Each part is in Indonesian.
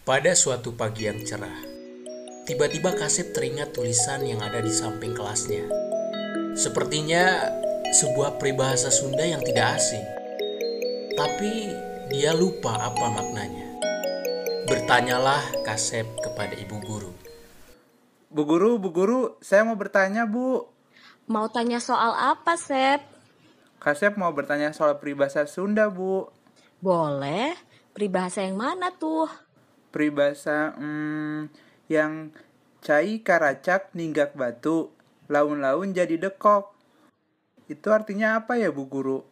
Pada suatu pagi yang cerah, tiba-tiba Kasep teringat tulisan yang ada di samping kelasnya. Sepertinya sebuah peribahasa Sunda yang tidak asing, tapi dia lupa apa maknanya. Bertanyalah Kasep kepada ibu guru. Bu guru, saya mau bertanya, Bu. Mau tanya soal apa, Sep? Kasep mau bertanya soal peribahasa Sunda, Bu. Boleh. Peribahasa yang mana tuh? Peribahasa yang cai karacak ninggak batu, laun-laun jadi dekok. Itu artinya apa ya, Bu Guru?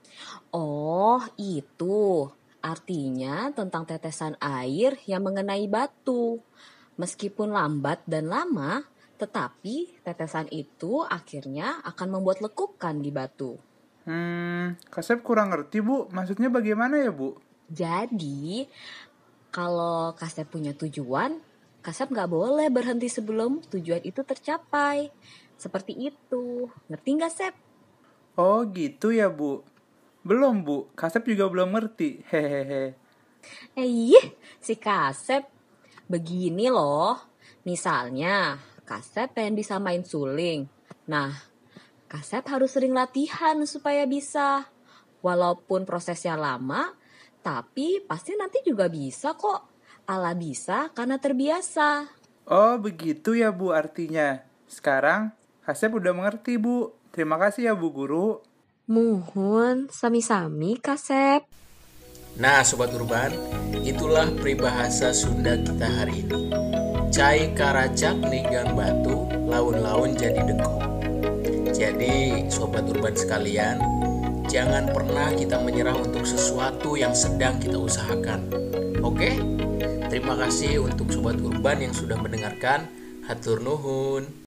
Oh, itu. Artinya tentang tetesan air yang mengenai batu. Meskipun lambat dan lama, tetapi tetesan itu akhirnya akan membuat lekukan di batu. Kasep kurang ngerti, Bu. Maksudnya bagaimana ya, Bu? Jadi, kalau Kasep punya tujuan, Kasep nggak boleh berhenti sebelum tujuan itu tercapai. Seperti itu. Ngerti nggak, Sep? Oh, gitu ya, Bu. Belum, Bu. Kasep juga belum ngerti. Hehehe. Si Kasep. Begini loh. Misalnya, Kasep pengen bisa main suling. Nah, Kasep harus sering latihan supaya bisa. Walaupun prosesnya lama, tapi pasti nanti juga bisa kok. Ala bisa karena terbiasa. Oh, begitu ya, Bu, artinya. Sekarang, Kasep udah mengerti, Bu. Terima kasih ya, Bu Guru. Muhun, sami-sami Kasep. Nah, Sobat Urban, itulah peribahasa Sunda kita hari ini. Cai karacak ninggang batu, laun-laun jadi dekok. Jadi, Sobat Urban sekalian, jangan pernah kita menyerah untuk sesuatu yang sedang kita usahakan. Oke? Terima kasih untuk Sobat Urban yang sudah mendengarkan. Hatur nuhun.